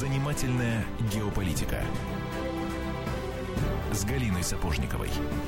Занимательная геополитика с Галиной Сапожниковой.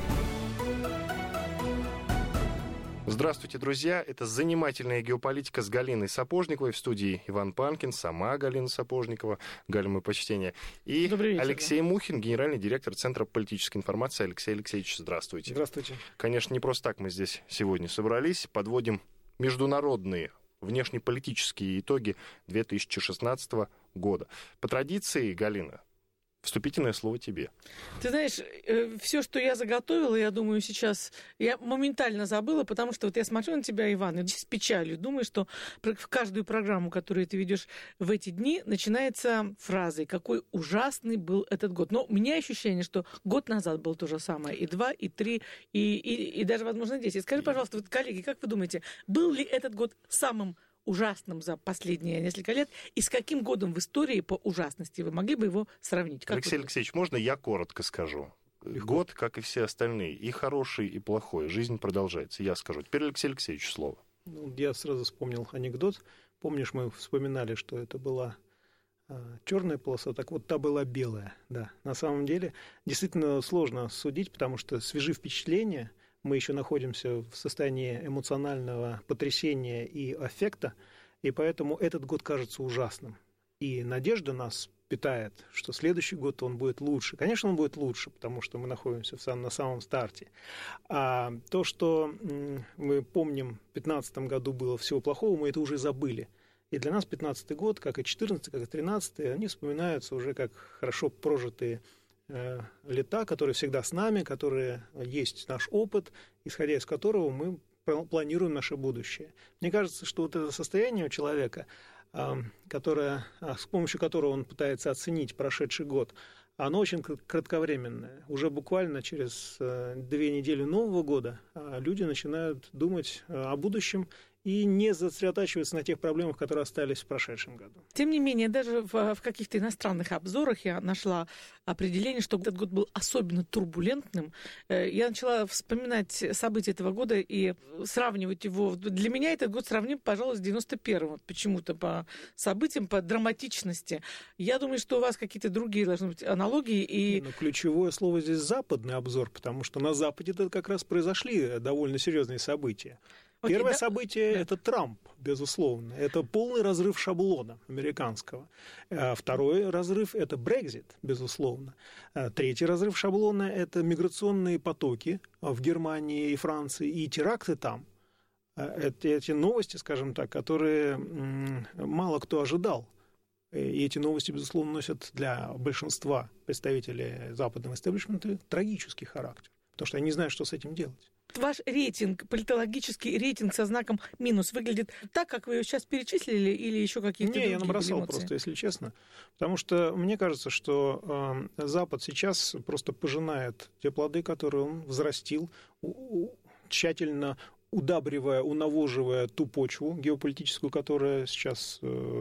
Здравствуйте, друзья. Это «Занимательная геополитика» с Галиной Сапожниковой. В студии Иван Панкин, сама Галина Сапожникова, Галя, мое почтение. И Алексей Мухин, генеральный директор Центра политической информации. Алексей Алексеевич, здравствуйте. Здравствуйте. Конечно, не просто так мы здесь сегодня собрались. Подводим международные внешнеполитические итоги 2016 года. По традиции, Галина, вступительное слово тебе. Ты знаешь, все, что я заготовила, я думаю, сейчас я моментально забыла, потому что вот я смотрю на тебя, Иван, и с печалью думаю, что в каждую программу, которую ты ведешь в эти дни, начинается фразой, какой ужасный был этот год. Но у меня ощущение, что год назад было то же самое, и 2, и 3, и даже, возможно, 10. Скажи, пожалуйста, вот, коллеги, как вы думаете, был ли этот год самым ужасным за последние несколько лет, и с каким годом в истории по ужасности вы могли бы его сравнить? Как Алексей Алексеевич, можно я коротко скажу? Год, как и все остальные, и хороший, и плохой. Жизнь продолжается. Я скажу. Теперь Алексей Алексеевич слово. Я сразу вспомнил анекдот. Помнишь, мы вспоминали, что это была черная полоса, так вот та была белая. Да. На самом деле действительно сложно судить, потому что свежи впечатления. Мы еще находимся в состоянии эмоционального потрясения и аффекта, и поэтому этот год кажется ужасным. И надежда нас питает, что следующий год он будет лучше. Конечно, он будет лучше, потому что мы находимся на самом старте. А то, что мы помним, в 2015 году было всего плохого, мы это уже забыли. И для нас 2015 год, как и 2014, как и 2013, они вспоминаются уже как хорошо прожитые лета, которые всегда с нами, которые есть наш опыт, исходя из которого мы планируем наше будущее. Мне кажется, что вот это состояние у человека, с помощью которого он пытается оценить прошедший год, оно очень кратковременное. Уже буквально через 2 недели Нового года люди начинают думать о будущем и не сосредотачиваться на тех проблемах, которые остались в прошедшем году. Тем не менее, даже в каких-то иностранных обзорах я нашла определение, что этот год был особенно турбулентным. Я начала вспоминать события этого года и сравнивать его. Для меня этот год сравним, пожалуй, с 91-м. Почему-то по событиям, по драматичности. Я думаю, что у вас какие-то другие должны быть аналогии. И... ключевое слово здесь «западный обзор», потому что на Западе это как раз произошли довольно серьезные события. Первое событие – это Трамп, безусловно. Это полный разрыв шаблона американского. Второй разрыв – это Брексит, безусловно. Третий разрыв шаблона – это миграционные потоки в Германии и Франции и теракты там. Эти новости, скажем так, которые мало кто ожидал. И эти новости, безусловно, носят для большинства представителей западного истеблишмента трагический характер, потому что они не знают, что с этим делать. Ваш рейтинг, политологический рейтинг со знаком минус, выглядит так, как вы его сейчас перечислили, или еще какие-то другие эмоции? Не, я набросал просто, если честно. Потому что мне кажется, что Запад сейчас просто пожинает те плоды, которые он взрастил, тщательно удабривая, унавоживая ту почву геополитическую, которая сейчас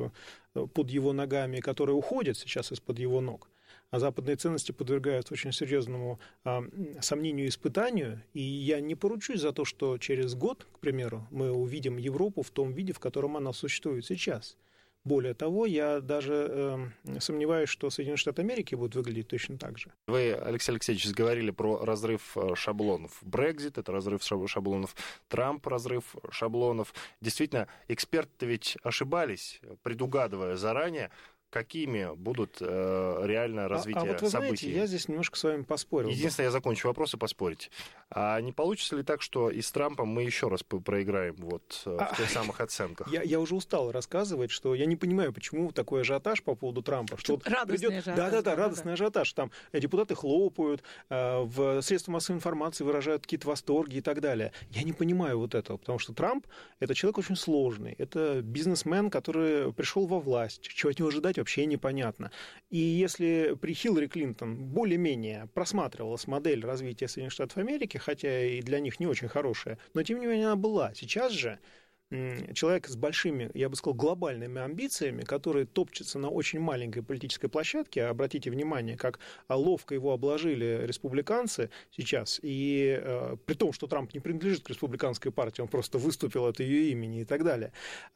под его ногами, которая уходит сейчас из-под его ног. А западные ценности подвергаются очень серьезному сомнению и испытанию, и я не поручусь за то, что через год, к примеру, мы увидим Европу в том виде, в котором она существует сейчас. Более того, я даже сомневаюсь, что Соединенные Штаты Америки будут выглядеть точно так же. Вы, Алексей Алексеевич, говорили про разрыв шаблонов. Брексит – это разрыв шаблонов, Трамп – разрыв шаблонов. Действительно, эксперты ведь ошибались, предугадывая заранее, какими будут реально развитие вот вы событий. Знаете, я здесь немножко с вами поспорил. Единственное, я закончу вопрос и поспорить. А не получится ли так, что и с Трампом мы еще раз проиграем в тех самых оценках? Я уже устал рассказывать, что я не понимаю, почему такой ажиотаж по поводу Трампа. Что радостный ажиотаж. Да, радостный ажиотаж. Там депутаты хлопают, в средствах массовой информации выражают какие-то восторги и так далее. Я не понимаю вот этого, потому что Трамп – это человек очень сложный. Это бизнесмен, который пришел во власть. Чего от него ожидать, вообще непонятно. И если при Хиллари Клинтон более-менее просматривалась модель развития Соединенных Штатов Америки, хотя и для них не очень хорошая, но тем не менее она была. Сейчас же человек с большими, я бы сказал, глобальными амбициями, который топчется на очень маленькой политической площадке. Обратите внимание, как ловко его обложили республиканцы сейчас, и при том, что Трамп не принадлежит к республиканской партии, он просто выступил от ее имени и так далее.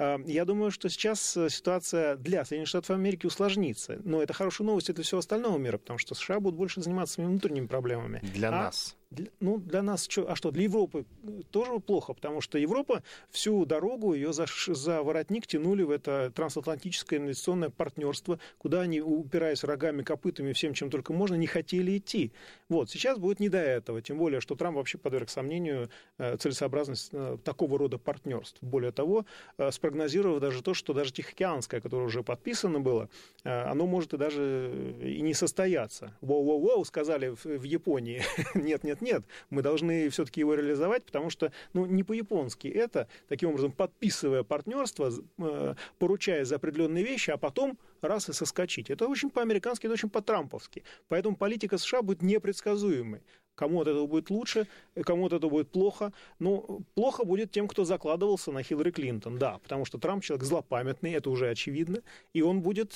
Я думаю, что сейчас ситуация для Соединенных Штатов Америки усложнится. Но это хорошая новость для всего остального мира, потому что США будут больше заниматься своими внутренними проблемами. Для нас. Для нас что? А что, для Европы тоже плохо, потому что Европа всю дорогу ее за воротник тянули в это трансатлантическое инвестиционное партнерство, куда они, упираясь рогами, копытами, всем, чем только можно, не хотели идти. Вот, сейчас будет не до этого, тем более, что Трамп вообще подверг сомнению целесообразность такого рода партнерств. Более того, спрогнозировав даже то, что даже Тихоокеанское, которое уже подписано было, оно может и даже и не состояться. Воу-воу-воу, сказали в Японии. Нет, мы должны все-таки его реализовать, потому что, не по-японски это, таким образом, подписывая партнерство, поручая за определенные вещи, а потом раз и соскочить. Это очень по-американски, это очень по-трамповски. Поэтому политика США будет непредсказуемой. Кому от этого будет лучше, кому от этого будет плохо. Но плохо будет тем, кто закладывался на Хиллари Клинтон. Да, потому что Трамп человек злопамятный, это уже очевидно. И он будет,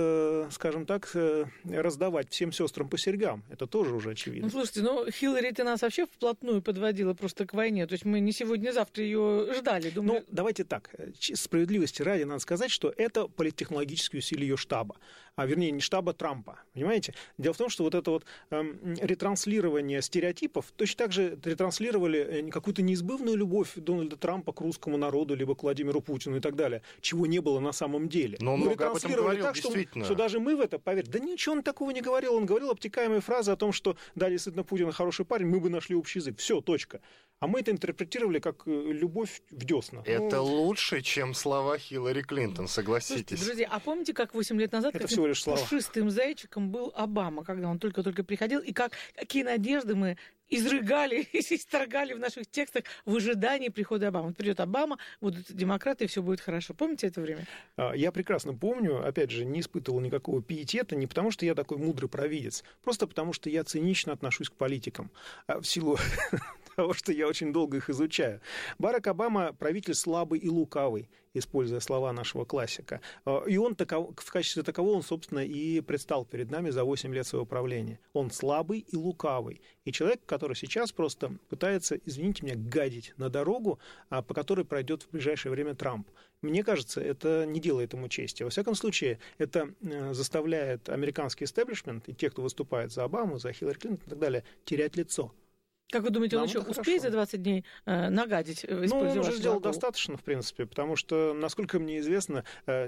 скажем так, раздавать всем сестрам по серьгам. Это тоже уже очевидно. Слушайте, Хиллари-то нас вообще вплотную подводила просто к войне. То есть мы не сегодня-завтра ее ждали. Думаю... Давайте так. Справедливости ради надо сказать, что это политтехнологические усилия ее штаба. Вернее, не штаба Трампа. Понимаете? Дело в том, что вот это вот ретранслирование стереотипов точно так же ретранслировали какую-то неизбывную любовь Дональда Трампа к русскому народу, либо к Владимиру Путину и так далее, чего не было на самом деле. Но он много об этом говорил, так, действительно. Что даже мы в это поверили. Да ничего он такого не говорил. Он говорил обтекаемые фразы о том, что да, действительно, Путин хороший парень, мы бы нашли общий язык. Все, точка. А мы это интерпретировали как любовь в десна. Это лучше, чем слова Хиллари Клинтон, согласитесь. Слушайте, друзья, а помните, как 8 лет назад это всего лишь слова. Пушистым зайчиком был Обама, когда он только-только приходил, и какие надежды мы изрыгали, исторгали в наших текстах в ожидании прихода Обамы. Придет Обама, будут демократы, и все будет хорошо. Помните это время? Я прекрасно помню, опять же, не испытывал никакого пиетета, не потому что я такой мудрый провидец, просто потому что я цинично отношусь к политикам. В силу того, что я очень долго их изучаю. Барак Обама правитель слабый и лукавый, используя слова нашего классика. И он в качестве такового, он, собственно, и предстал перед нами за 8 лет своего правления. Он слабый и лукавый. И человек, который сейчас просто пытается, извините меня, гадить на дорогу, по которой пройдет в ближайшее время Трамп. Мне кажется, это не делает ему чести. Во всяком случае, это заставляет американский истеблишмент и тех, кто выступает за Обаму, за Хиллари Клинтон и так далее, терять лицо. Как вы думаете, он еще успеет за 20 дней нагадить, использовать? Он уже сделал достаточно, в принципе, потому что, насколько мне известно, это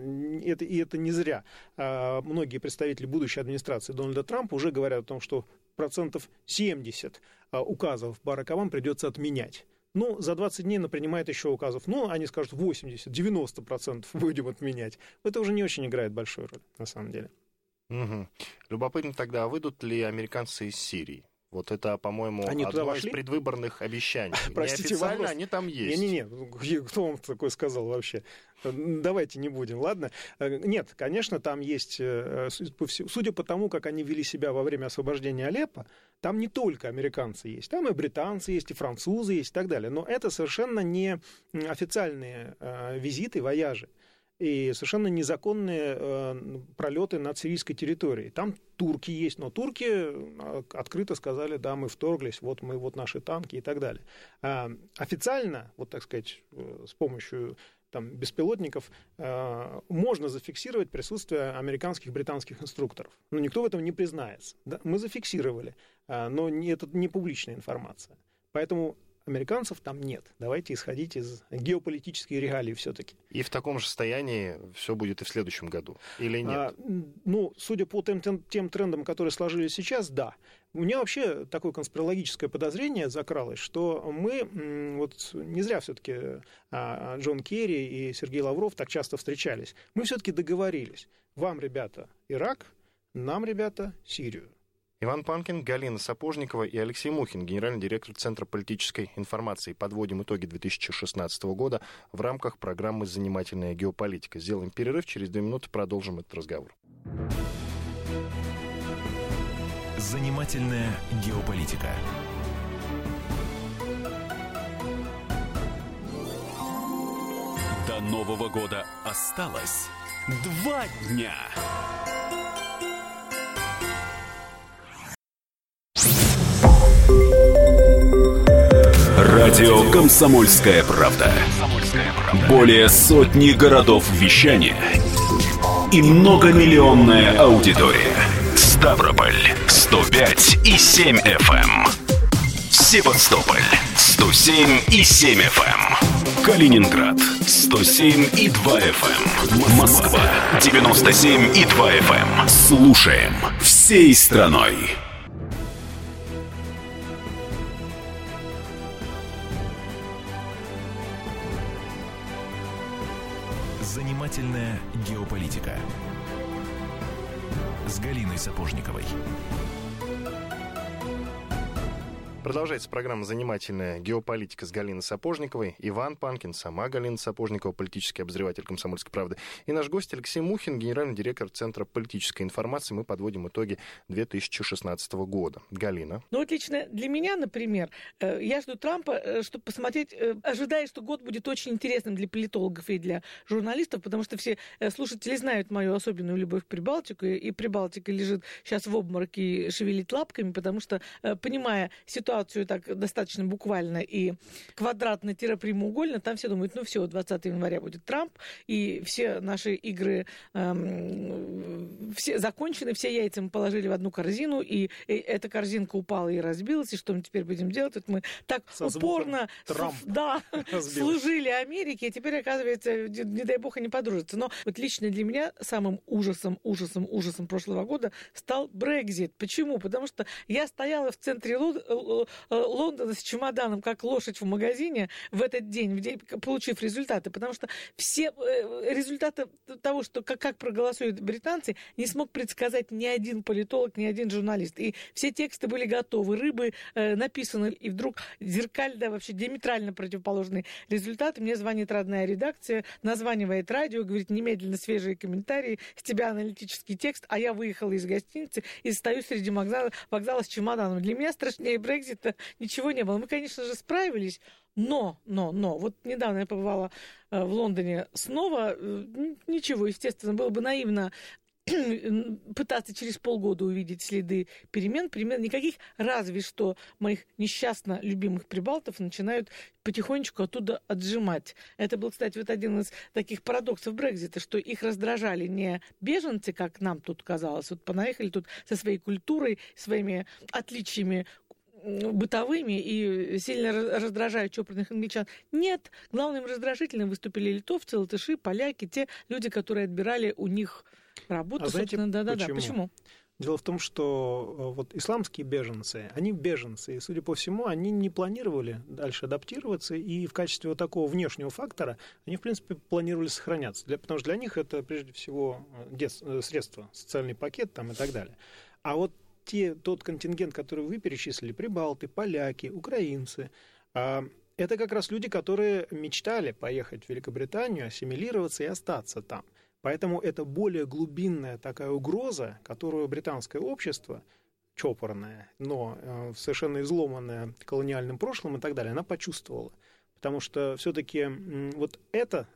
не зря. Многие представители будущей администрации Дональда Трампа уже говорят о том, что 70% указов Барака Обамы придется отменять. За 20 дней он принимает еще указов. Они скажут 80-90% будем отменять. Это уже не очень играет большую роль, на самом деле. Угу. Любопытно тогда, выйдут ли американцы из Сирии? Вот это, по-моему, одно из предвыборных обещаний. Простите, неофициально вопрос. Они там есть. Не-не-не, кто вам такое сказал вообще? Давайте не будем, ладно? Нет, конечно, там есть, судя по тому, как они вели себя во время освобождения Алеппо, там не только американцы есть, там и британцы есть, и французы есть, и так далее. Но это совершенно не официальные визиты, вояжи. И совершенно незаконные пролеты над сирийской территорией. Там турки есть, но турки открыто сказали, да, мы вторглись, вот наши танки и так далее. Официально, так сказать, с помощью беспилотников можно зафиксировать присутствие американских, британских инструкторов. Но никто в этом не признается. Да, мы зафиксировали, но это не публичная информация. Поэтому американцев там нет. Давайте исходить из геополитической реалии все-таки. И в таком же состоянии все будет и в следующем году? Или нет? Судя по тем трендам, которые сложились сейчас, да. У меня вообще такое конспирологическое подозрение закралось, что мы, не зря все-таки Джон Керри и Сергей Лавров так часто встречались. Мы все-таки договорились. Вам, ребята, Ирак, нам, ребята, Сирию. Иван Панкин, Галина Сапожникова и Алексей Мухин, генеральный директор Центра политической информации. Подводим итоги 2016 года в рамках программы «Занимательная геополитика». Сделаем перерыв, через 2 минуты продолжим этот разговор. «Занимательная геополитика». До Нового года осталось 2 дня. Радио «Комсомольская правда». Более сотни городов вещания и многомиллионная аудитория. Ставрополь 105,7 FM. Севастополь 107,7 FM. Калининград 107,2 FM. Москва 97,2 FM. Слушаем всей страной. Занимательная геополитика с Галиной Сапожниковой. Продолжается программа «Занимательная геополитика» с Галиной Сапожниковой. Иван Панкин, сама Галина Сапожникова, политический обозреватель «Комсомольской правды». И наш гость Алексей Мухин, генеральный директор Центра политической информации. Мы подводим итоги 2016 года. Галина. Ну вот лично для меня, например, я жду Трампа, чтобы посмотреть, ожидая, что год будет очень интересным для политологов и для журналистов, потому что все слушатели знают мою особенную любовь к Прибалтике, и Прибалтика лежит сейчас в обмороке и шевелит лапками, потому что, понимая ситуацию так достаточно буквально и квадратно-прямоугольно, там все думают, ну все, 20 января будет Трамп, и все наши игры все закончены, все яйца мы положили в одну корзину, и эта корзинка упала и разбилась, и что мы теперь будем делать? Вот мы так упорно служили Америке, и теперь, оказывается, не дай бог, они подружатся. Но вот лично для меня самым ужасом прошлого года стал Брексит. Почему? Потому что я стояла в центре Лондона с чемоданом, как лошадь в магазине в этот день, получив результаты. Потому что все результаты того, что как проголосуют британцы, не смог предсказать ни один политолог, ни один журналист. И все тексты были готовы, рыбы написаны, и вдруг зеркально, вообще диаметрально противоположные результаты. Мне звонит родная редакция, названивает радио, говорит, немедленно свежие комментарии, с тебя аналитический текст, а я выехала из гостиницы и стою среди вокзала с чемоданом. Для меня страшнее Брексита ничего не было. Мы, конечно же, справились, но, вот недавно я побывала в Лондоне снова, ничего, естественно, было бы наивно пытаться через полгода увидеть следы перемен никаких, разве что моих несчастно любимых прибалтов начинают потихонечку оттуда отжимать. Это был, кстати, вот один из таких парадоксов Брексита, что их раздражали не беженцы, как нам тут казалось, вот понаехали тут со своей культурой, своими отличиями бытовыми и сильно раздражают чопорных англичан. Нет, главным раздражителем выступили литовцы, латыши, поляки, те люди, которые отбирали у них работу. А знаете, почему? Дело в том, что вот исламские беженцы, они беженцы, и, судя по всему, они не планировали дальше адаптироваться, и в качестве вот такого внешнего фактора они, в принципе, планировали сохраняться, потому что для них это, прежде всего, средства, социальный пакет там, и так далее. А вот тот контингент, который вы перечислили, прибалты, поляки, украинцы, это как раз люди, которые мечтали поехать в Великобританию, ассимилироваться и остаться там. Поэтому это более глубинная такая угроза, которую британское общество, чопорное, но совершенно изломанное колониальным прошлым и так далее, она почувствовала. Потому что все-таки вот эта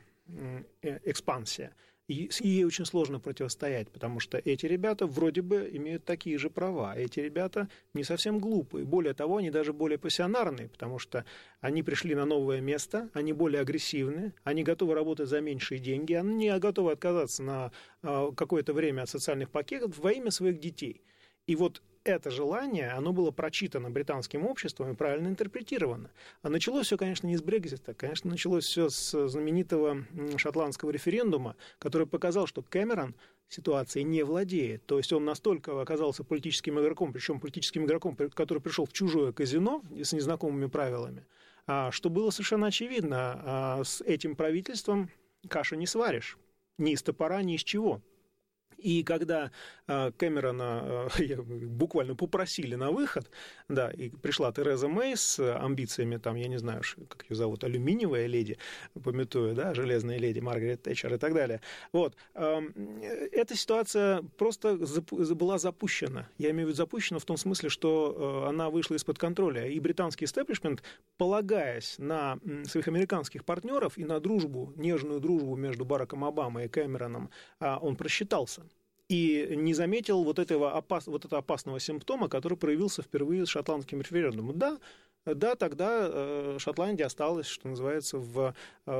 экспансия, ей очень сложно противостоять, потому что эти ребята вроде бы имеют такие же права. Эти ребята не совсем глупые. Более того, они даже более пассионарные, потому что они пришли на новое место, они более агрессивны, они готовы работать за меньшие деньги, они готовы отказаться на какое-то время от социальных пакетов во имя своих детей. И вот это желание, оно было прочитано британским обществом и правильно интерпретировано. А началось все, конечно, не с Брексита, конечно, началось все с знаменитого шотландского референдума, который показал, что Кэмерон ситуацией не владеет. То есть он настолько оказался политическим игроком, причем политическим игроком, который пришел в чужое казино с незнакомыми правилами, что было совершенно очевидно, с этим правительством кашу не сваришь, ни из топора, ни из чего. И когда Кэмерона буквально попросили на выход, да, и пришла Тереза Мэй с амбициями, там, я не знаю, как ее зовут, алюминиевая леди, памятую, да, железная леди Маргарет Тэтчер и так далее. Вот. Эта ситуация просто была запущена. Я имею в виду запущена в том смысле, что она вышла из-под контроля. И британский истеблишмент, полагаясь на своих американских партнеров и на дружбу, нежную дружбу между Бараком Обамой и Кэмероном, он просчитался. И не заметил вот этого опасного симптома, который проявился впервые с шотландским референдумом. Да, тогда Шотландия осталась, что называется, в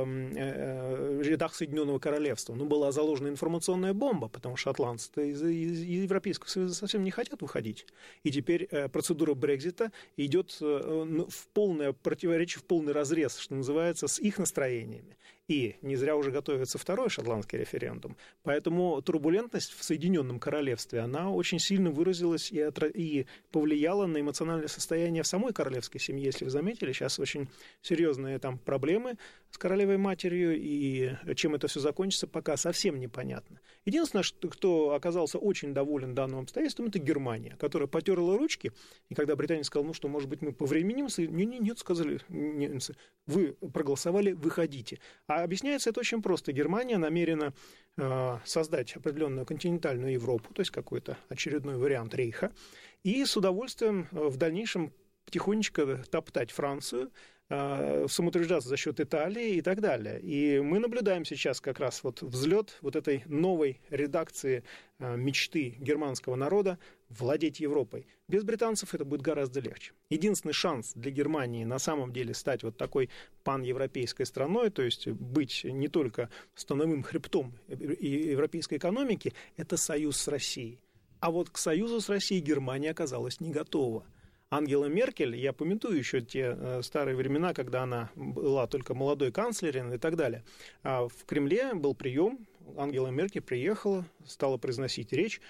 рядах Соединенного Королевства. Ну, была заложена информационная бомба, потому что шотландцы из Европейского Союза совсем не хотят выходить. И теперь процедура Брексита идет в полное противоречие, в полный разрез, что называется, с их настроениями. И не зря уже готовится второй шотландский референдум. Поэтому турбулентность в Соединенном Королевстве, она очень сильно выразилась и повлияла на эмоциональное состояние в самой королевской семье. Если вы заметили, сейчас очень серьезные там проблемы с королевой-матерью, и чем это все закончится, пока совсем непонятно. Единственное, кто оказался очень доволен данным обстоятельством, это Германия, которая потерла ручки, и когда британец сказал, ну что, может быть, мы повременимся? Нет, сказали немцы, вы проголосовали, выходите. А объясняется это очень просто. Германия намерена создать определенную континентальную Европу, то есть какой-то очередной вариант рейха, и с удовольствием в дальнейшем тихонечко топтать Францию, самоутверждаться за счет Италии и так далее. И мы наблюдаем сейчас как раз вот взлет вот этой новой редакции мечты германского народа владеть Европой. Без британцев это будет гораздо легче. Единственный шанс для Германии на самом деле стать вот такой паневропейской страной, то есть быть не только становым хребтом европейской экономики, это союз с Россией. А вот к союзу с Россией Германия оказалась не готова. Ангела Меркель, я памятую еще те старые времена, когда она была только молодой канцлером и так далее. В Кремле был прием, Ангела Меркель приехала, стала произносить речь,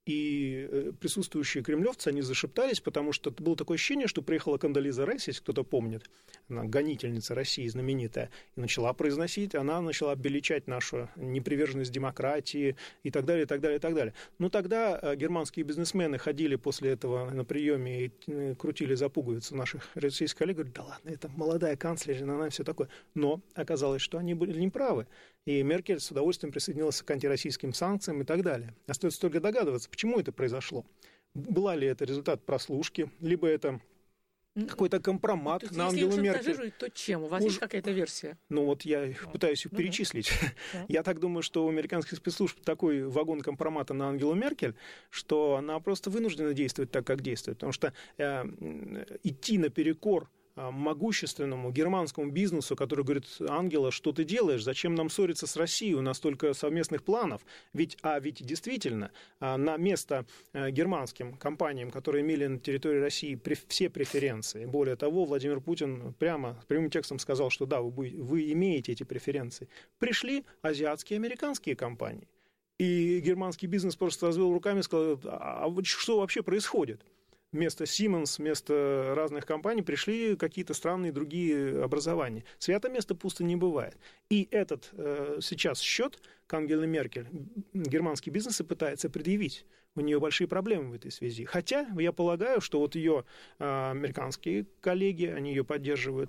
и присутствующие кремлевцы, они зашептались, потому что было такое ощущение, что приехала Кондолиза Райс, если кто-то помнит, она гонительница России знаменитая, и начала произносить, она начала обличать нашу неприверженность демократии и так далее, и так далее, и так далее. Но тогда германские бизнесмены ходили после этого на приеме и крутили за пуговицу наших российских коллег, говорят, да ладно, это молодая канцлерина, она все такое. Но оказалось, что они были неправы. И Меркель с удовольствием присоединилась к антироссийским санкциям и так далее. Остается только догадываться, почему это произошло. Была ли это результат прослушки, либо это какой-то компромат на Ангелу Меркель. Если шантажирует, то чем? У вас есть какая-то версия? Ну вот я пытаюсь их перечислить. Я так думаю, что у американских спецслужб такой вагон компромата на Ангелу Меркель, что она просто вынуждена действовать так, как действует. Потому что идти наперекор могущественному германскому бизнесу, который говорит, Ангела, что ты делаешь, зачем нам ссориться с Россией, у нас столько совместных планов. Ведь действительно на место германским компаниям, которые имели на территории России все преференции, более того, Владимир Путин прямым текстом сказал, что да, вы имеете эти преференции, пришли азиатские американские компании. И германский бизнес просто развел руками и сказал, а что вообще происходит? Вместо Siemens, вместо разных компаний пришли какие-то странные другие образования. Свято место пусто не бывает. И этот сейчас счет к Ангеле Меркель германский бизнес и пытается предъявить. У нее большие проблемы в этой связи. Хотя я полагаю, что вот ее американские коллеги, они ее поддерживают,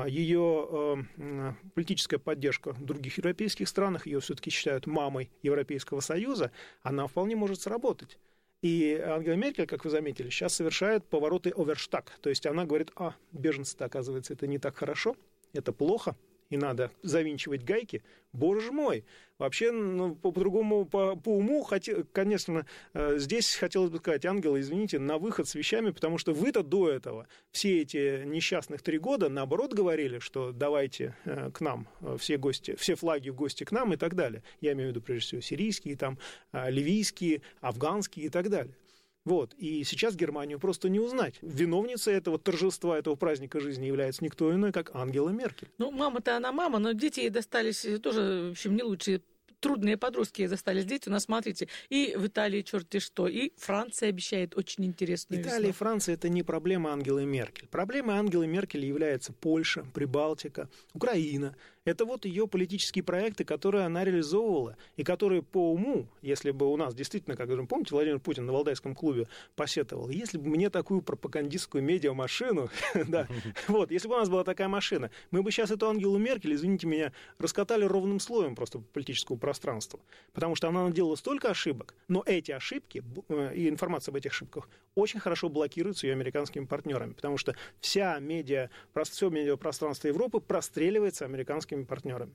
ее политическая поддержка в других европейских странах, ее все-таки считают мамой Европейского Союза, она вполне может сработать. И Ангела Меркель, как вы заметили, сейчас совершает повороты оверштаг. То есть она говорит, беженцы-то, оказывается, это не так хорошо, это плохо, и надо завинчивать гайки. Боже мой! Вообще, по-другому, по уму, конечно, здесь хотелось бы сказать, Ангела, извините, на выход с вещами, потому что вы-то до этого все эти несчастных 3 года, наоборот, говорили, что давайте к нам все флаги в гости к нам и так далее. Я имею в виду, прежде всего, сирийские, там, ливийские, афганские и так далее. Вот. И сейчас Германию просто не узнать. Виновницей этого торжества, этого праздника жизни является никто иной, как Ангела Меркель. Ну, мама-то она мама, но дети ей достались тоже, в общем, не лучшие. трудные подростки застали здесь. У нас, смотрите, и в Италии черти что, и Франция обещает очень интересную весну. Италия и Франция — это не проблема Ангелы Меркель. Проблемой Ангелы Меркель является Польша, Прибалтика, Украина. Это вот ее политические проекты, которые она реализовывала, и которые по уму, если бы у нас действительно, как говорим, помните, Владимир Путин на Валдайском клубе посетовал, если бы мне такую пропагандистскую медиамашину, да, вот, если бы у нас была такая машина, мы бы сейчас эту Ангелу Меркель, извините меня, раскатали ровным слоем просто по политическому пространству, потому что она наделала столько ошибок, но эти ошибки и информация об этих ошибках очень хорошо блокируется ее американскими партнерами, потому что все медиапространство Европы простреливается американскими партнерами.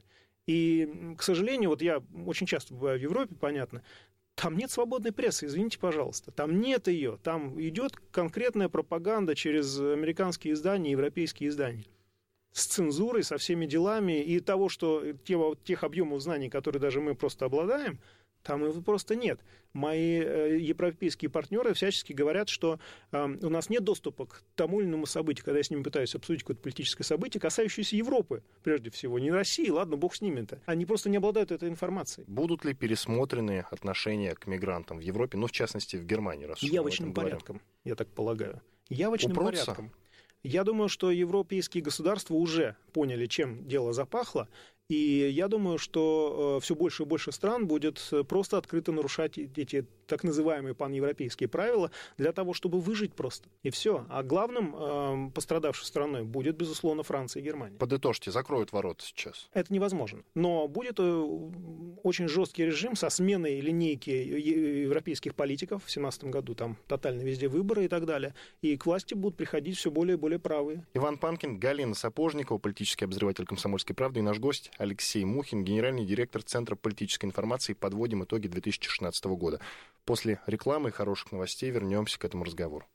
И, к сожалению, вот я очень часто бываю в Европе, понятно, там нет свободной прессы, извините, пожалуйста. Там нет ее. Там идет конкретная пропаганда через американские издания, европейские издания. С цензурой, со всеми делами. И того, что тех объемов знаний, которые даже мы просто обладаем, там его просто нет. Мои европейские партнеры всячески говорят, что у нас нет доступа к тому или иному событию, когда я с ними пытаюсь обсудить какое-то политическое событие, касающееся Европы, прежде всего. Не России, ладно, бог с ними-то. Они просто не обладают этой информацией. Будут ли пересмотрены отношения к мигрантам в Европе, ну, в частности, в Германии? Раз Явочным порядком, я так полагаю. Явочным Упрутся? порядком. Я думаю, что европейские государства уже поняли, чем дело запахло, и я думаю, что все больше и больше стран будет просто открыто нарушать эти так называемые паневропейские правила для того, чтобы выжить просто. И все. А главным пострадавшей страной будет, безусловно, Франция и Германия. Подытожьте, закроют ворота сейчас. Это невозможно. Но будет очень жесткий режим со сменой линейки европейских политиков. В 2017 году там тотально везде выборы и так далее. И к власти будут приходить все более и более правые. Иван Панкин, Галина Сапожникова, политический обозреватель «Комсомольской правды», и наш гость Алексей Мухин, генеральный директор Центра политической информации. Подводим итоги 2016 года. После рекламы и хороших новостей вернемся к этому разговору.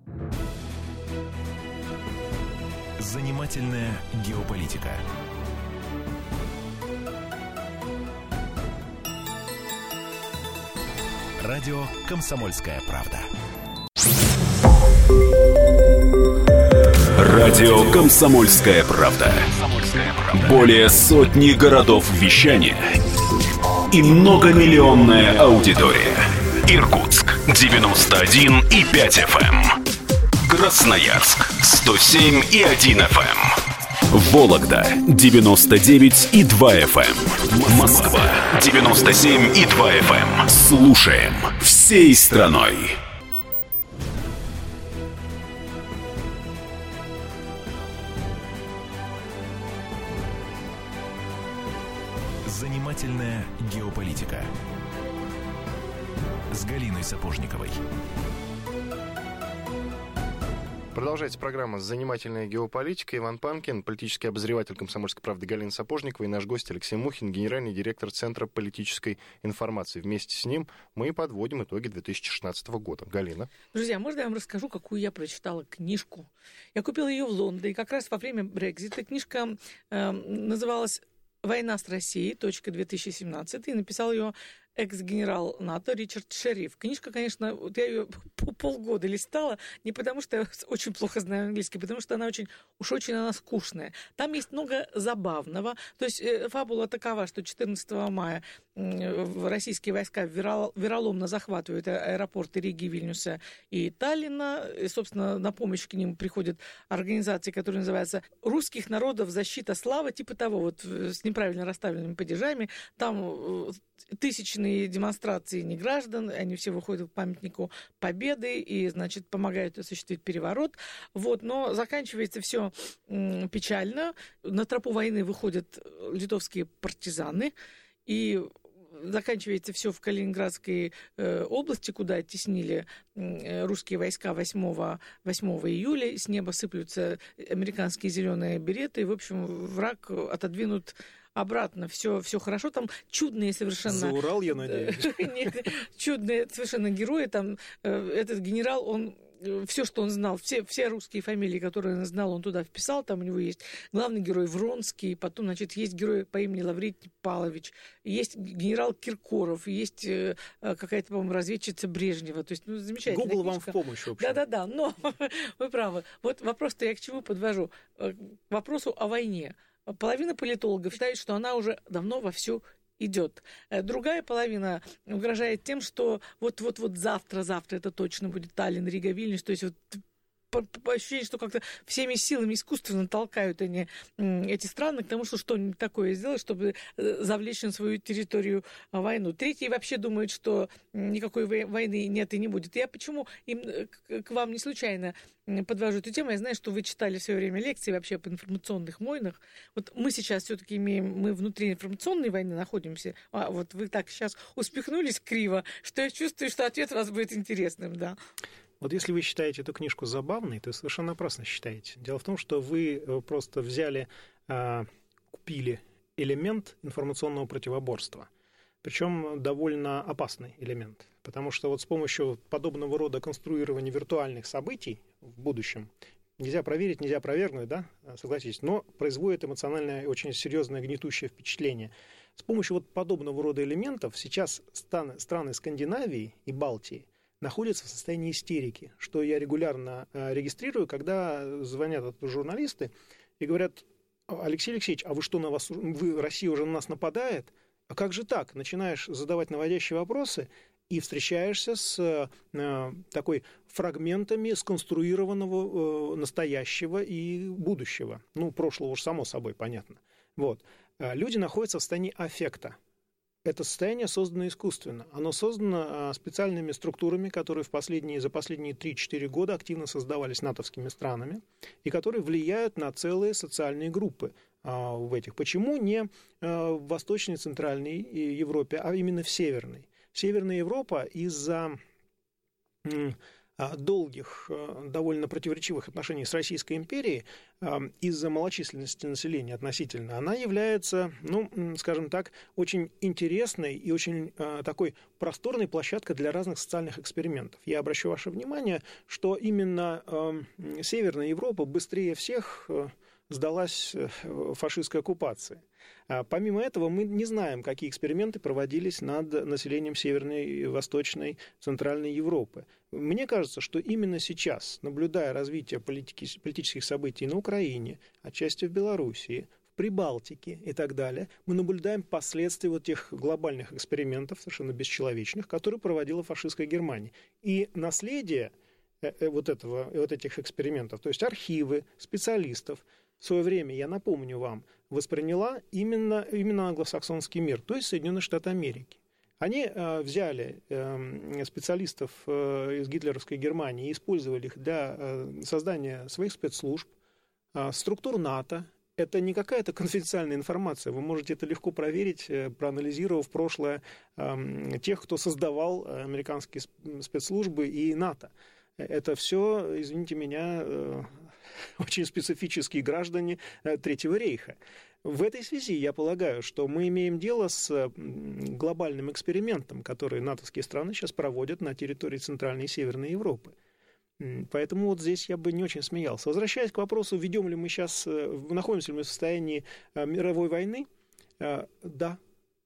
Занимательная геополитика. Радио «Комсомольская правда». Радио «Комсомольская правда». Более сотни городов вещания и многомиллионная аудитория. Иркутск 91,5 FM. Красноярск 107,1 FM. Вологда 99,2 FM. Москва 97,2 FM. Слушаем всей страной. Занимательная геополитика с Галиной Сапожниковой. Продолжается программа «Занимательная геополитика». Иван Панкин, политический обозреватель «Комсомольской правды» Галина Сапожникова, и наш гость Алексей Мухин, генеральный директор Центра политической информации. Вместе с ним мы подводим итоги 2016 года. Галина. Друзья, можно я вам расскажу, какую я прочитала книжку? Я купила ее в Лондоне, и как раз во время Брексита. Книжка называлась «Война с Россией. 2017», и написал ее экс-генерал НАТО Ричард Шериф. Книжка, конечно, вот я ее полгода листала, не потому что я очень плохо знаю английский, потому что она очень она скучная. Там есть много забавного. То есть фабула такова, что 14 мая российские войска вероломно захватывают аэропорты Риги, Вильнюса и Таллина. И, собственно, на помощь к ним приходят организации, которые называются «Русских народов защита слава», типа того, вот с неправильно расставленными падежами. Там тысячные демонстрации неграждан, они все выходят к памятнику Победы и, значит, помогают осуществить переворот. Вот, но заканчивается все печально. На тропу войны выходят литовские партизаны, и заканчивается все в Калининградской области, куда оттеснили русские войска 8 июля. С неба сыплются американские зеленые береты. И, в общем, враг отодвинут обратно. Все хорошо. Там чудные совершенно... За Урал, я надеюсь. Нет, чудные совершенно герои. Там этот генерал, он все, что он знал, все русские фамилии, которые он знал, он туда вписал. Там у него есть главный герой Вронский, потом, значит, есть герой по имени Лаврентий Павлович, есть генерал Киркоров, есть какая-то, по-моему, разведчица Брежнева. То есть, ну, замечательная Google книжка. вам в помощь, в общем. Да, но вы правы. Вот вопрос-то я к чему подвожу? К вопросу о войне. Половина политологов считает, что она уже давно вовсю идет. Другая половина угрожает тем, что вот завтра это точно будет Таллин, Рига, Вильнюс, то есть вот по ощущению, что как-то всеми силами искусственно толкают они эти страны к тому, что что-нибудь такое сделать, чтобы завлечь на свою территорию войну. Третьи вообще думают, что никакой войны нет и не будет. Я почему к вам не случайно подвожу эту тему. Я знаю, что вы читали в свое время лекции вообще по информационных войнах. Вот мы сейчас все-таки мы внутри информационной войны находимся. А вот вы так сейчас успехнулись криво, что я чувствую, что ответ у вас будет интересным, да. Вот если вы считаете эту книжку забавной, то совершенно напрасно считаете. Дело в том, что вы просто взяли, купили элемент информационного противоборства. Причем довольно опасный элемент. Потому что вот с помощью подобного рода конструирования виртуальных событий в будущем нельзя проверить, нельзя опровергнуть, да, согласитесь, но производит эмоциональное очень серьезное гнетущее впечатление. С помощью вот подобного рода элементов сейчас страны Скандинавии и Балтии находятся в состоянии истерики, что я регулярно регистрирую, когда звонят журналисты и говорят: Алексей Алексеевич, а вы что, Россия уже на нас нападает? А как же так? Начинаешь задавать наводящие вопросы и встречаешься с такой фрагментами сконструированного настоящего и будущего. Ну, прошлого уж само собой, понятно. Вот. Люди находятся в состоянии аффекта. Это состояние создано искусственно. Оно создано специальными структурами, которые за последние 3-4 года активно создавались натовскими странами и которые влияют на целые социальные группы в этих. Почему не в Восточной и Центральной Европе, а именно в Северной? Северная Европа из-за долгих, довольно противоречивых отношений с Российской империей, из-за малочисленности населения относительно, она является, ну, скажем так, очень интересной и очень такой просторной площадкой для разных социальных экспериментов. Я обращу ваше внимание, что именно Северная Европа быстрее всех сдалась фашистской оккупации. Помимо этого, мы не знаем, какие эксперименты проводились над населением Северной, Восточной, Центральной Европы. Мне кажется, что именно сейчас, наблюдая развитие политических событий на Украине, отчасти в Белоруссии, в Прибалтике и так далее, мы наблюдаем последствия вот тех глобальных экспериментов, совершенно бесчеловечных, которые проводила фашистская Германия. И наследие вот этих экспериментов, то есть архивы специалистов, в свое время, я напомню вам, восприняла именно англосаксонский мир, то есть Соединенные Штаты Америки. Они взяли специалистов из гитлеровской Германии и использовали их для создания своих спецслужб, структур НАТО. Это не какая-то конфиденциальная информация. Вы можете это легко проверить, проанализировав прошлое тех, кто создавал американские спецслужбы и НАТО. Это все, извините меня, очень специфические граждане Третьего рейха. В этой связи я полагаю, что мы имеем дело с глобальным экспериментом, который натовские страны сейчас проводят на территории Центральной и Северной Европы. Поэтому вот здесь я бы не очень смеялся. Возвращаясь к вопросу, находимся ли мы в состоянии мировой войны, да.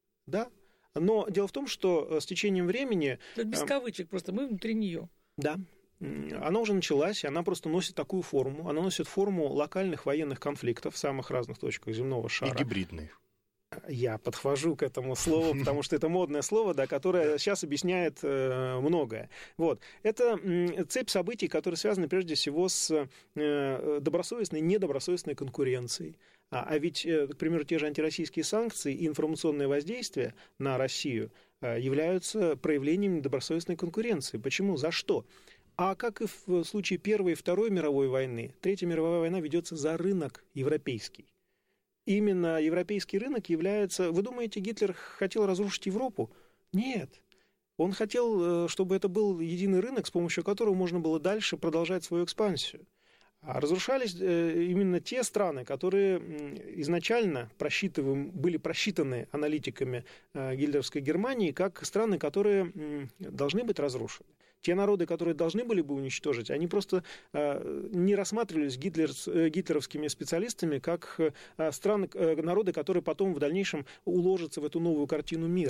Но дело в том, что с течением времени... Тут без кавычек, просто мы внутри нее. Да. Она уже началась, и она просто носит такую форму. Она носит форму локальных военных конфликтов в самых разных точках земного шара. И гибридных. Я подхожу к этому слову, потому что это модное слово, да, которое сейчас объясняет многое. Вот. Это цепь событий, которые связаны прежде всего с добросовестной и недобросовестной конкуренцией. А ведь, к примеру, те же антироссийские санкции и информационное воздействие на Россию являются проявлением недобросовестной конкуренции. Почему? За что? А как и в случае Первой и Второй мировой войны, Третья мировая война ведется за рынок европейский. Именно европейский рынок является... Вы думаете, Гитлер хотел разрушить Европу? Нет. Он хотел, чтобы это был единый рынок, с помощью которого можно было дальше продолжать свою экспансию. А разрушались именно те страны, которые изначально были просчитаны аналитиками гитлеровской Германии как страны, которые должны быть разрушены. Те народы, которые должны были бы уничтожить, они просто не рассматривались гитлеровскими специалистами как народы, которые потом в дальнейшем уложатся в эту новую картину мира.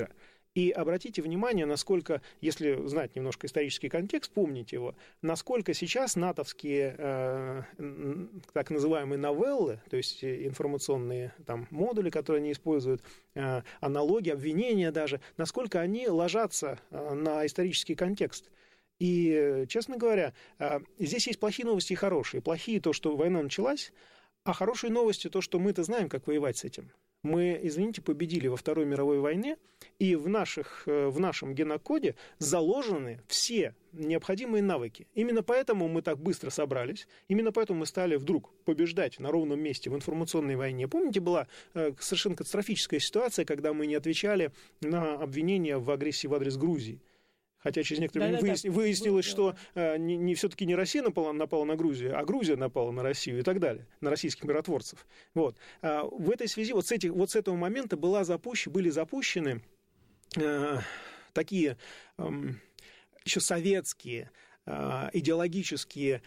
И обратите внимание, насколько, если знать немножко исторический контекст, помните его, насколько сейчас натовские так называемые новеллы, то есть информационные там модули, которые они используют, аналогии, обвинения даже, насколько они ложатся на исторический контекст. И, честно говоря, здесь есть плохие новости и хорошие. Плохие то, что война началась, а хорошие новости то, что мы-то знаем, как воевать с этим. Мы, извините, победили во Второй мировой войне, и в нашем генокоде заложены все необходимые навыки. Именно поэтому мы так быстро собрались, именно поэтому мы стали вдруг побеждать на ровном месте в информационной войне. Помните, была совершенно катастрофическая ситуация, когда мы не отвечали на обвинения в агрессии в адрес Грузии? Хотя через некоторое время выяснилось, что все-таки не Россия напала на Грузию, а Грузия напала на Россию и так далее, на российских миротворцев. Вот. В этой связи вот с этого момента были запущены такие еще советские идеологические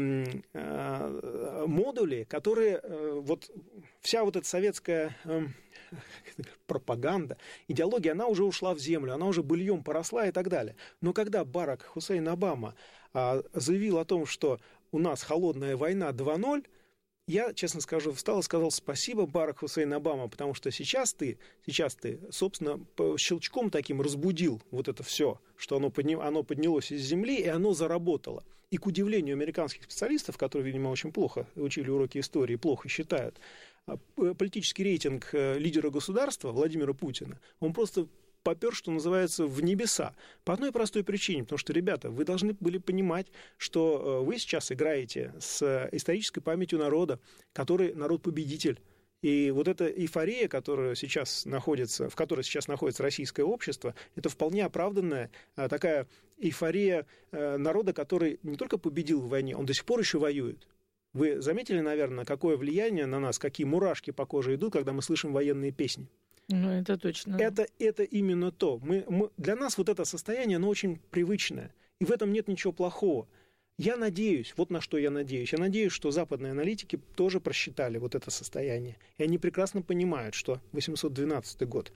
модули, которые вот вся вот эта советская пропаганда, идеология, она уже ушла в землю, она уже быльем поросла и так далее. Но когда Барак Хусейн Обама заявил о том, что у нас холодная война 2.0, я, честно скажу, встал и сказал спасибо, Барак Хусейн Обама, потому что сейчас ты, собственно, щелчком таким разбудил вот это все, что оно поднялось из земли, и оно заработало. И, к удивлению американских специалистов, которые, видимо, очень плохо учили уроки истории, плохо считают, политический рейтинг лидера государства Владимира Путина, он просто попер, что называется, в небеса. По одной простой причине, потому что, ребята, вы должны были понимать, что вы сейчас играете с исторической памятью народа, который народ-победитель. И вот эта эйфория, в которой сейчас находится российское общество, это вполне оправданная такая эйфория народа, который не только победил в войне, он до сих пор еще воюет. Вы заметили, наверное, какое влияние на нас, какие мурашки по коже идут, когда мы слышим военные песни? Ну, это точно. Это именно то. Для нас вот это состояние, оно очень привычное. И в этом нет ничего плохого. Я надеюсь, вот на что я надеюсь. Я надеюсь, что западные аналитики тоже просчитали вот это состояние. И они прекрасно понимают, что 812 год,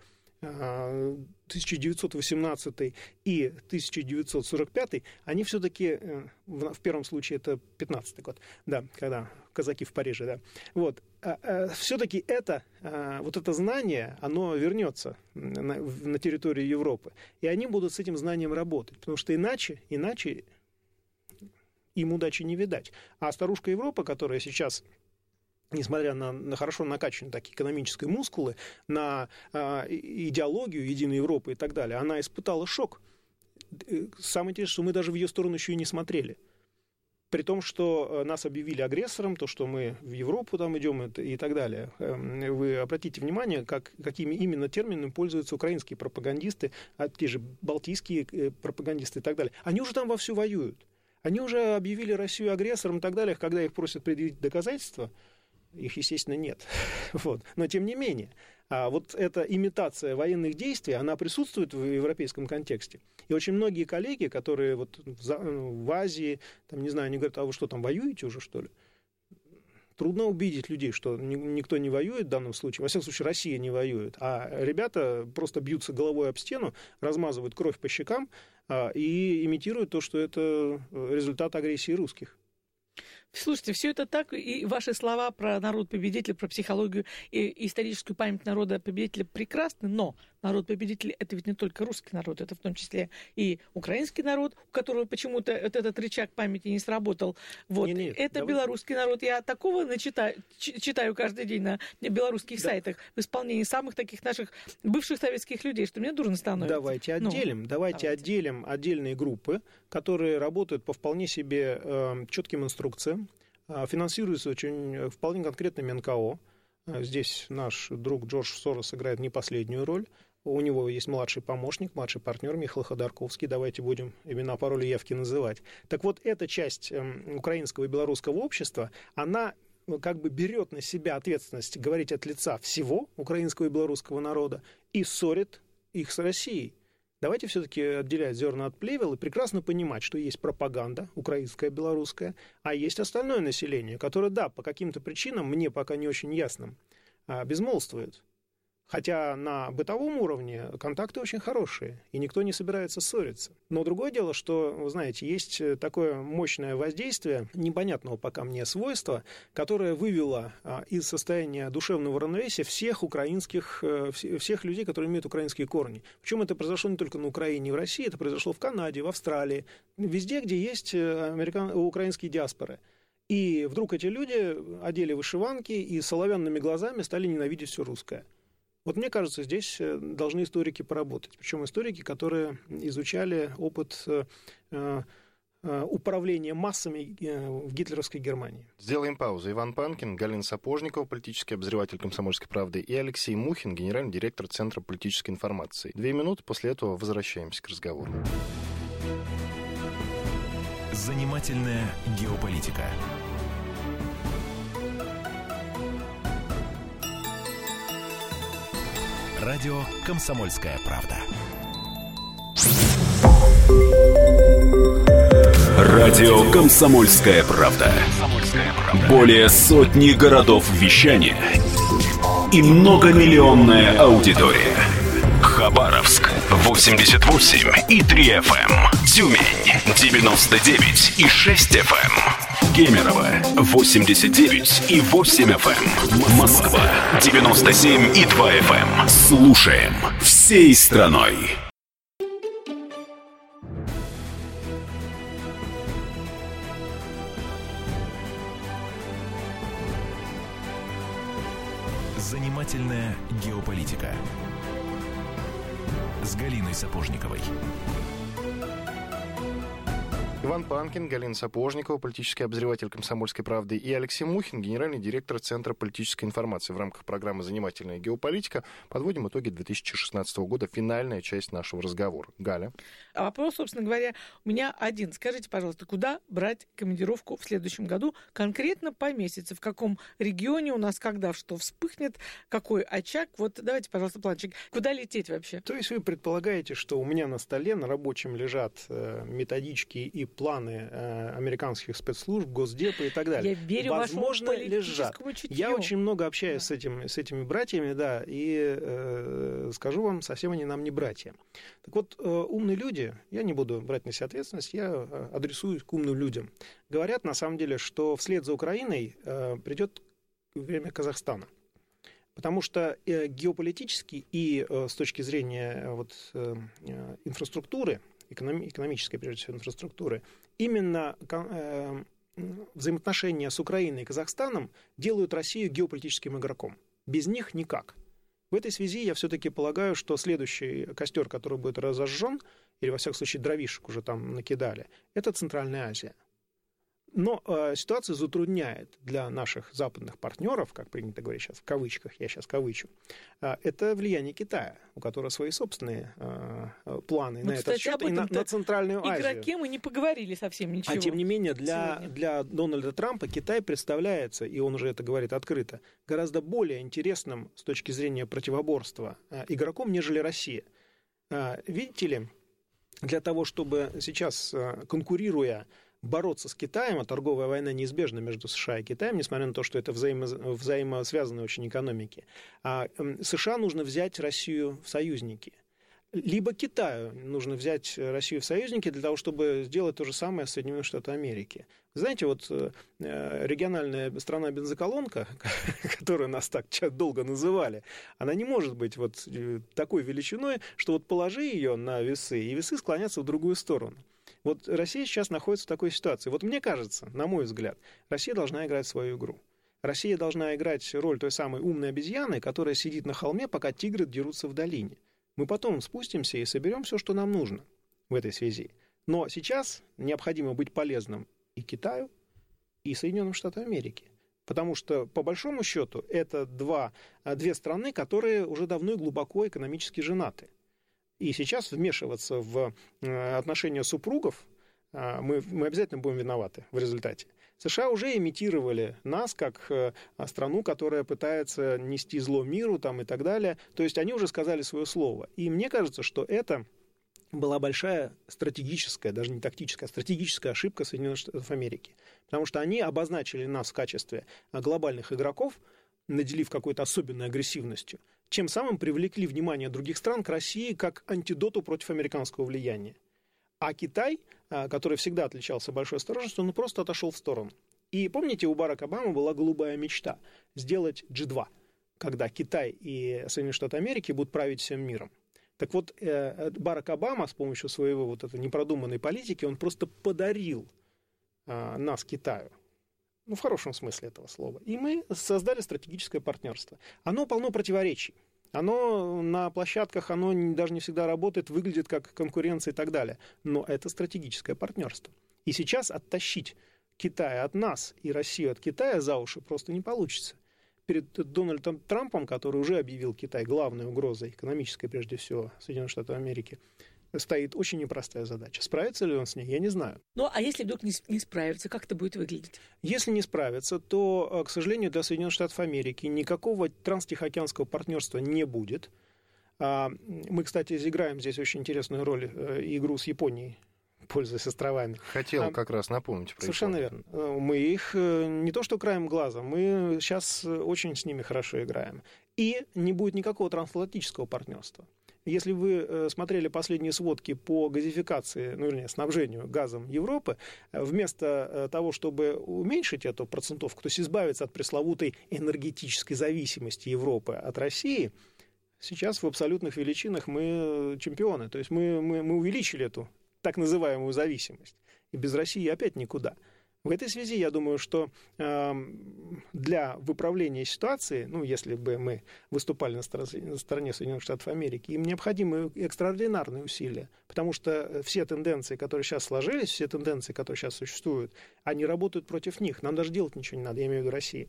1918 и 1945, они все-таки, в первом случае это 15 год, да, когда казаки в Париже, да, вот, все-таки вот это знание, оно вернется на территорию Европы, и они будут с этим знанием работать, потому что иначе им удачи не видать. А старушка Европа, которая сейчас, несмотря на хорошо накачанные такие экономические мускулы, на идеологию Единой Европы и так далее, она испытала шок. Самое интересное, что мы даже в ее сторону еще и не смотрели. При том, что нас объявили агрессором, то, что мы в Европу там идем и так далее. Вы обратите внимание, какими именно терминами пользуются украинские пропагандисты, те же балтийские пропагандисты и так далее. Они уже там вовсю воюют. Они уже объявили Россию агрессором и так далее. Когда их просят предъявить доказательства, их, естественно, нет. Вот. Но тем не менее, вот эта имитация военных действий, она присутствует в европейском контексте. И очень многие коллеги, которые вот в Азии, там, не знаю, они говорят, а вы что, там воюете уже, что ли? Трудно убедить людей, что никто не воюет в данном случае. Во всяком случае, Россия не воюет. А ребята просто бьются головой об стену, размазывают кровь по щекам и имитируют то, что это результат агрессии русских. Слушайте, все это так, и ваши слова про народ-победитель, про психологию и историческую память народа-победителя прекрасны, но народ-победитель — это ведь не только русский народ, это в том числе и украинский народ, у которого почему-то вот этот рычаг памяти не сработал. Вот. Это белорусский народ. Я такого читаю каждый день на белорусских сайтах в исполнении самых таких наших бывших советских людей, что мне дурно становится. Давайте отделим отдельные группы, которые работают по вполне себе четким инструкциям, финансируются очень вполне конкретными НКО. Здесь наш друг Джордж Сорос играет не последнюю роль. У него есть младший помощник, младший партнер Михаил Ходорковский. Давайте будем имена, пароли, явки называть. Так вот, эта часть украинского и белорусского общества, она как бы берет на себя ответственность говорить от лица всего украинского и белорусского народа и ссорит их с Россией. Давайте все-таки отделять зерна от плевел и прекрасно понимать, что есть пропаганда украинская, белорусская, а есть остальное население, которое, да, по каким-то причинам, мне пока не очень ясным, безмолвствует. Хотя на бытовом уровне контакты очень хорошие, и никто не собирается ссориться. Но другое дело, что, вы знаете, есть такое мощное воздействие, непонятного пока мне свойства, которое вывело из состояния душевного равновесия всех людей, которые имеют украинские корни. Причем это произошло не только на Украине и в России, это произошло в Канаде, в Австралии, везде, где есть украинские диаспоры. И вдруг эти люди одели вышиванки и с соловянными глазами стали ненавидеть все русское. Вот мне кажется, здесь должны историки поработать. Причем историки, которые изучали опыт управления массами в гитлеровской Германии. Сделаем паузу. Иван Панкин, Галина Сапожникова, политический обозреватель «Комсомольской правды», и Алексей Мухин, генеральный директор Центра политической информации. 2 минуты, после этого возвращаемся к разговору. Занимательная геополитика. Радио «Комсомольская правда». Радио «Комсомольская правда». Более сотни городов вещания и многомиллионная аудитория. Хабаровск 88,3 FM. Тюмень 99,6 FM. Кемерово 89,8 FM. Москва 97,2 FM. Слушаем всей страной. Занимательная геополитика с Галиной Сапожниковой. Иван Панкин, Галина Сапожникова, политический обозреватель «Комсомольской правды», и Алексей Мухин, генеральный директор Центра политической информации. В рамках программы «Занимательная геополитика» подводим итоги 2016 года, финальная часть нашего разговора. Галя. А вопрос, собственно говоря, у меня один. Скажите, пожалуйста, куда брать командировку в следующем году? Конкретно по месяцу. В каком регионе у нас, когда, что вспыхнет, какой очаг? Вот давайте, пожалуйста, планчик. Куда лететь вообще? То есть вы предполагаете, что у меня на столе, на рабочем лежат методички и планы американских спецслужб, Госдепа и так далее. Я верю возможно, вашему лежат. чутью. Я очень много общаюсь с этими братьями, да, и скажу вам, совсем они нам не братья. Так вот, умные люди, я не буду брать на себя ответственность, я адресуюсь к умным людям. Говорят, на самом деле, что вслед за Украиной придет время Казахстана. Потому что геополитически и с точки зрения инфраструктуры, экономической, прежде всего, инфраструктуры, именно взаимоотношения с Украиной и Казахстаном делают Россию геополитическим игроком. Без них никак. В этой связи я все-таки полагаю, что следующий костер, который будет разожжен, или, во всяком случае, дровишек уже там накидали, это Центральная Азия. Но ситуация затрудняет для наших западных партнеров, как принято говорить сейчас в кавычках, я сейчас кавычу, это влияние Китая, у которого свои собственные планы на этот счет и на Центральную Азию. Игроке мы не поговорили совсем ничего. А тем не менее, для Дональда Трампа Китай представляется, и он уже это говорит открыто, гораздо более интересным с точки зрения противоборства игроком, нежели Россия. Видите ли, для того, чтобы сейчас, конкурируя, бороться с Китаем, а торговая война неизбежна между США и Китаем, несмотря на то, что это взаимосвязанные очень экономики. США нужно взять Россию в союзники. Либо Китаю нужно взять Россию в союзники для того, чтобы сделать то же самое с Соединенными Штатами Америки. Знаете, вот региональная страна-бензоколонка, которую нас так долго называли, она не может быть вот такой величиной, что вот положи ее на весы, и весы склонятся в другую сторону. Вот Россия сейчас находится в такой ситуации. Вот мне кажется, на мой взгляд, Россия должна играть свою игру. Россия должна играть роль той самой умной обезьяны, которая сидит на холме, пока тигры дерутся в долине. Мы потом спустимся и соберем все, что нам нужно в этой связи. Но сейчас необходимо быть полезным и Китаю, и Соединенным Штатам Америки. Потому что, по большому счету, это две страны, которые уже давно и глубоко экономически женаты. И сейчас вмешиваться в отношения супругов мы обязательно будем виноваты в результате. США уже имитировали нас как страну, которая пытается нести зло миру там, и так далее. То есть они уже сказали свое слово. И мне кажется, что это была большая стратегическая, даже не тактическая, а стратегическая ошибка Соединенных Штатов Америки. Потому что они обозначили нас в качестве глобальных игроков, наделив какой-то особенной агрессивностью. чем самым привлекли внимание других стран к России как антидоту против американского влияния. А Китай, который всегда отличался большой осторожностью, он просто отошел в сторону. И помните, у Барака Обамы была голубая мечта сделать G2, когда Китай и Соединенные Штаты Америки будут править всем миром. Так вот, Барак Обама с помощью своего вот этой непродуманной политики, он просто подарил нас Китаю. Ну, в хорошем смысле этого слова. И мы создали стратегическое партнерство. Оно полно противоречий. Оно на площадках, оно даже не всегда работает, выглядит как конкуренция и так далее. Но это стратегическое партнерство. И сейчас оттащить Китай от нас и Россию от Китая за уши просто не получится. Перед Дональдом Трампом, который уже объявил Китай главной угрозой, экономической прежде всего, Соединенных Штатов Америки, стоит очень непростая задача. Справится ли он с ней, я не знаю. Ну, а если вдруг не справится, как это будет выглядеть? Если не справится, то, к сожалению, для Соединенных Штатов Америки никакого транстихоокеанского партнерства не будет. Мы, кстати, играем здесь очень интересную роль, игру с Японией, пользуясь островами. Хотел как раз напомнить про Совершенно Японию. верно. Мы их не то что краем глаза, мы сейчас очень с ними хорошо играем. И не будет никакого трансатлантического партнерства. Если вы смотрели последние сводки по газификации, ну, вернее, снабжению газом Европы, вместо того, чтобы уменьшить эту процентовку, то есть избавиться от пресловутой энергетической зависимости Европы от России, сейчас в абсолютных величинах мы чемпионы. То есть мы увеличили эту так называемую зависимость. И без России опять никуда. В этой связи, я думаю, что для выправления ситуации, ну, если бы мы выступали на стороне Соединенных Штатов Америки, им необходимы экстраординарные усилия, потому что все тенденции, которые сейчас сложились, все тенденции, которые сейчас существуют, они работают против них. Нам даже делать ничего не надо, я имею в виду России.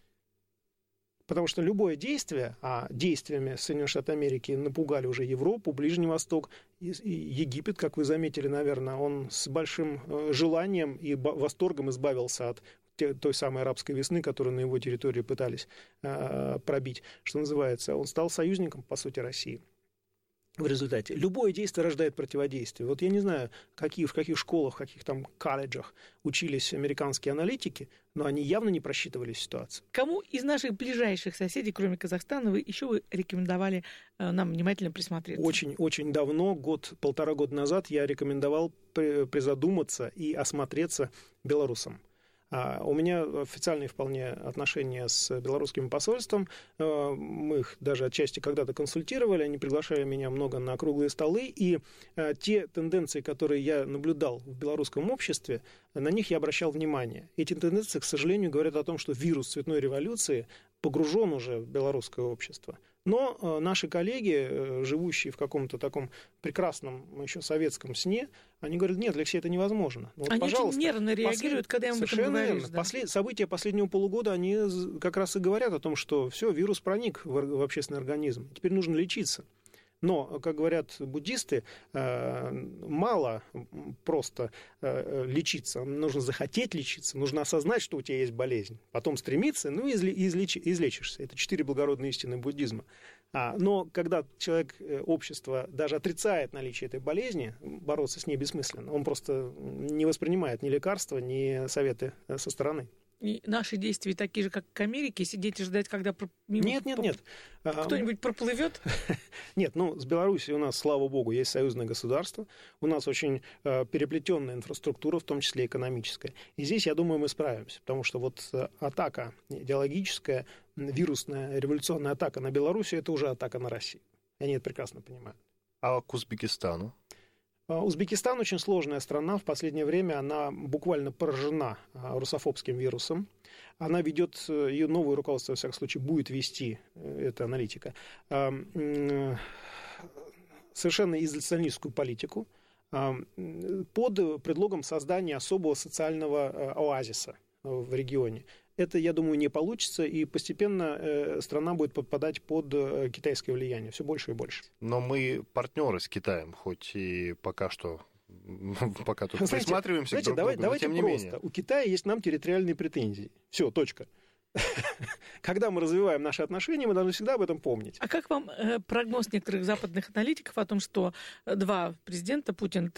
Потому что любое действие, а действиями Соединенных Штатов Америки напугали уже Европу, Ближний Восток, и Египет, как вы заметили, наверное, он с большим желанием и восторгом избавился от той самой арабской весны, которую на его территории пытались пробить, что называется. Он стал союзником, по сути, России. В результате любое действие рождает противодействие. Вот я не знаю, в каких школах, в каких там колледжах учились американские аналитики, но они явно не просчитывали ситуацию. Кому из наших ближайших соседей, кроме Казахстана, вы еще рекомендовали нам внимательно присмотреться? Очень давно, полтора года назад, я рекомендовал призадуматься и осмотреться белорусам. У меня официальные вполне отношения с белорусским посольством. Мы их даже отчасти когда-то консультировали. Они приглашали меня много на круглые столы. И те тенденции, которые я наблюдал в белорусском обществе, на них я обращал внимание. Эти тенденции, к сожалению, говорят о том, что вирус цветной революции погружен уже в белорусское общество. Но наши коллеги, живущие в каком-то таком прекрасном еще советском сне, они говорят, нет, Алексей, это невозможно. Ну, вот, они очень нервно реагируют, когда им об этом говоришь. Да? События последнего полугода, они как раз и говорят о том, что все, вирус проник в общественный организм, теперь нужно лечиться. Но, как говорят буддисты, мало просто лечиться, нужно захотеть лечиться, нужно осознать, что у тебя есть болезнь, потом стремиться, ну и излечишься. Это 4 благородные истины буддизма. Но когда человек, общество даже отрицает наличие этой болезни, бороться с ней бессмысленно. Он просто не воспринимает ни лекарства, ни советы со стороны. И наши действия такие же, как к Америке, сидеть и ждать, когда Нет. кто-нибудь проплывет? Нет, с Белоруссией у нас, слава богу, есть союзное государство. У нас очень переплетенная инфраструктура, в том числе экономическая. И здесь, я думаю, мы справимся, потому что вот атака идеологическая, вирусная, революционная атака на Белоруссию, это уже атака на Россию. Они это прекрасно понимают. А к Узбекистану? Узбекистан очень сложная страна. В последнее время она буквально поражена русофобским вирусом. Она ведет, ее новое руководство, во всяком случае, будет вести, эта аналитика, совершенно изоляционистскую политику под предлогом создания особого социального оазиса в регионе. Это, я думаю, не получится, и постепенно страна будет подпадать под китайское влияние все больше и больше. Но мы партнеры с Китаем, хоть и пока что, пока тут присматриваемся друг к другу, давайте тем не просто. менее. У Китая есть к нам территориальные претензии. Все, точка. Когда мы развиваем наши отношения, мы должны всегда об этом помнить. А как вам прогноз некоторых западных аналитиков о том, что 2 президента, Путин и Трамп,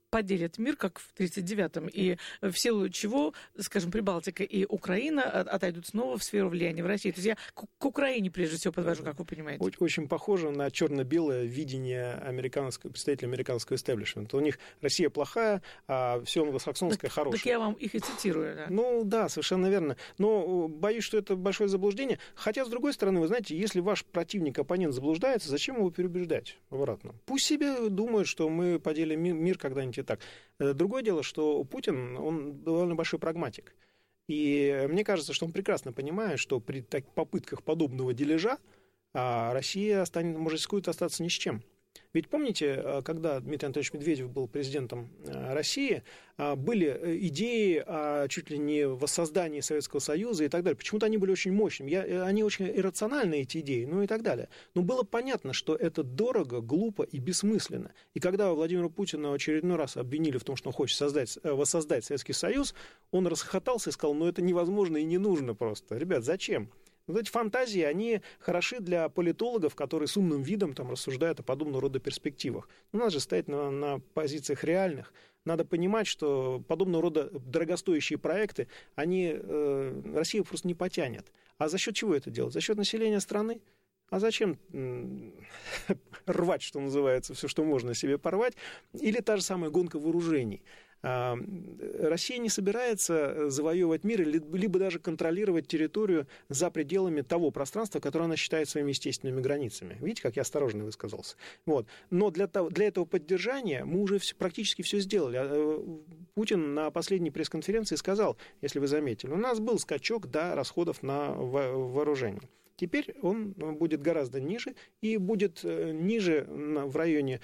поделят мир, как в 1939-м, и в силу чего, скажем, Прибалтика и Украина отойдут снова в сферу влияния в России. То есть я к Украине, прежде всего, подвожу, как вы понимаете. Очень похоже на черно-белое видение представителей американского истеблишмента. У них Россия плохая, а все англосаксонское хорошее. Так я вам их и цитирую. Да. Ну да, совершенно верно. Но боюсь, что это большое заблуждение. Хотя, с другой стороны, вы знаете, если ваш противник, оппонент заблуждается, зачем его переубеждать обратно? Пусть себе думают, что мы поделим мир когда-нибудь и так. Другое дело, что Путин, он довольно большой прагматик. И мне кажется, что он прекрасно понимает, что при попытках подобного дележа Россия может рискует остаться ни с чем. Ведь помните, когда Дмитрий Анатольевич Медведев был президентом России, были идеи о чуть ли не воссоздании Советского Союза и так далее. Почему-то они были очень мощными. Они очень иррациональны, эти идеи, ну и так далее. Но было понятно, что это дорого, глупо и бессмысленно. И когда Владимира Путина в очередной раз обвинили в том, что он хочет воссоздать Советский Союз, он расхохотался и сказал, ну это невозможно и не нужно просто. Ребят, зачем? Вот эти фантазии, они хороши для политологов, которые с умным видом там рассуждают о подобного рода перспективах. Но надо же стоять на позициях реальных. Надо понимать, что подобного рода дорогостоящие проекты, Россия просто не потянет. А за счет чего это делать? За счет населения страны? А зачем рвать, что называется, все, что можно себе порвать? Или та же самая гонка вооружений? Россия не собирается завоевывать мир, либо даже контролировать территорию за пределами того пространства, которое она считает своими естественными границами. Видите, как я осторожно высказался. Вот. Но для этого поддержания мы уже практически все сделали. Путин на последней пресс-конференции сказал, если вы заметили, у нас был скачок расходов на вооружение. Теперь он будет гораздо ниже и будет ниже в районе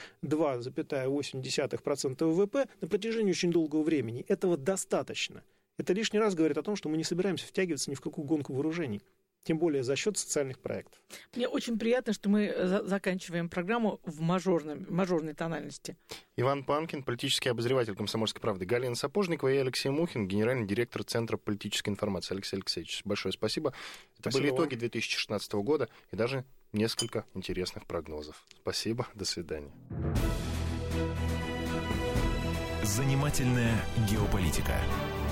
2,8% ВВП на протяжении очень долгого времени. Этого достаточно. Это лишний раз говорит о том, что мы не собираемся втягиваться ни в какую гонку вооружений. Тем более за счет социальных проектов. Мне очень приятно, что мы заканчиваем программу в мажорной тональности. Иван Панкин, политический обозреватель «Комсомольской правды», Галина Сапожникова и Алексей Мухин, генеральный директор Центра политической информации. Алексей Алексеевич, большое спасибо. Это были итоги 2016 года и даже несколько интересных прогнозов. Спасибо, до свидания. Занимательная геополитика.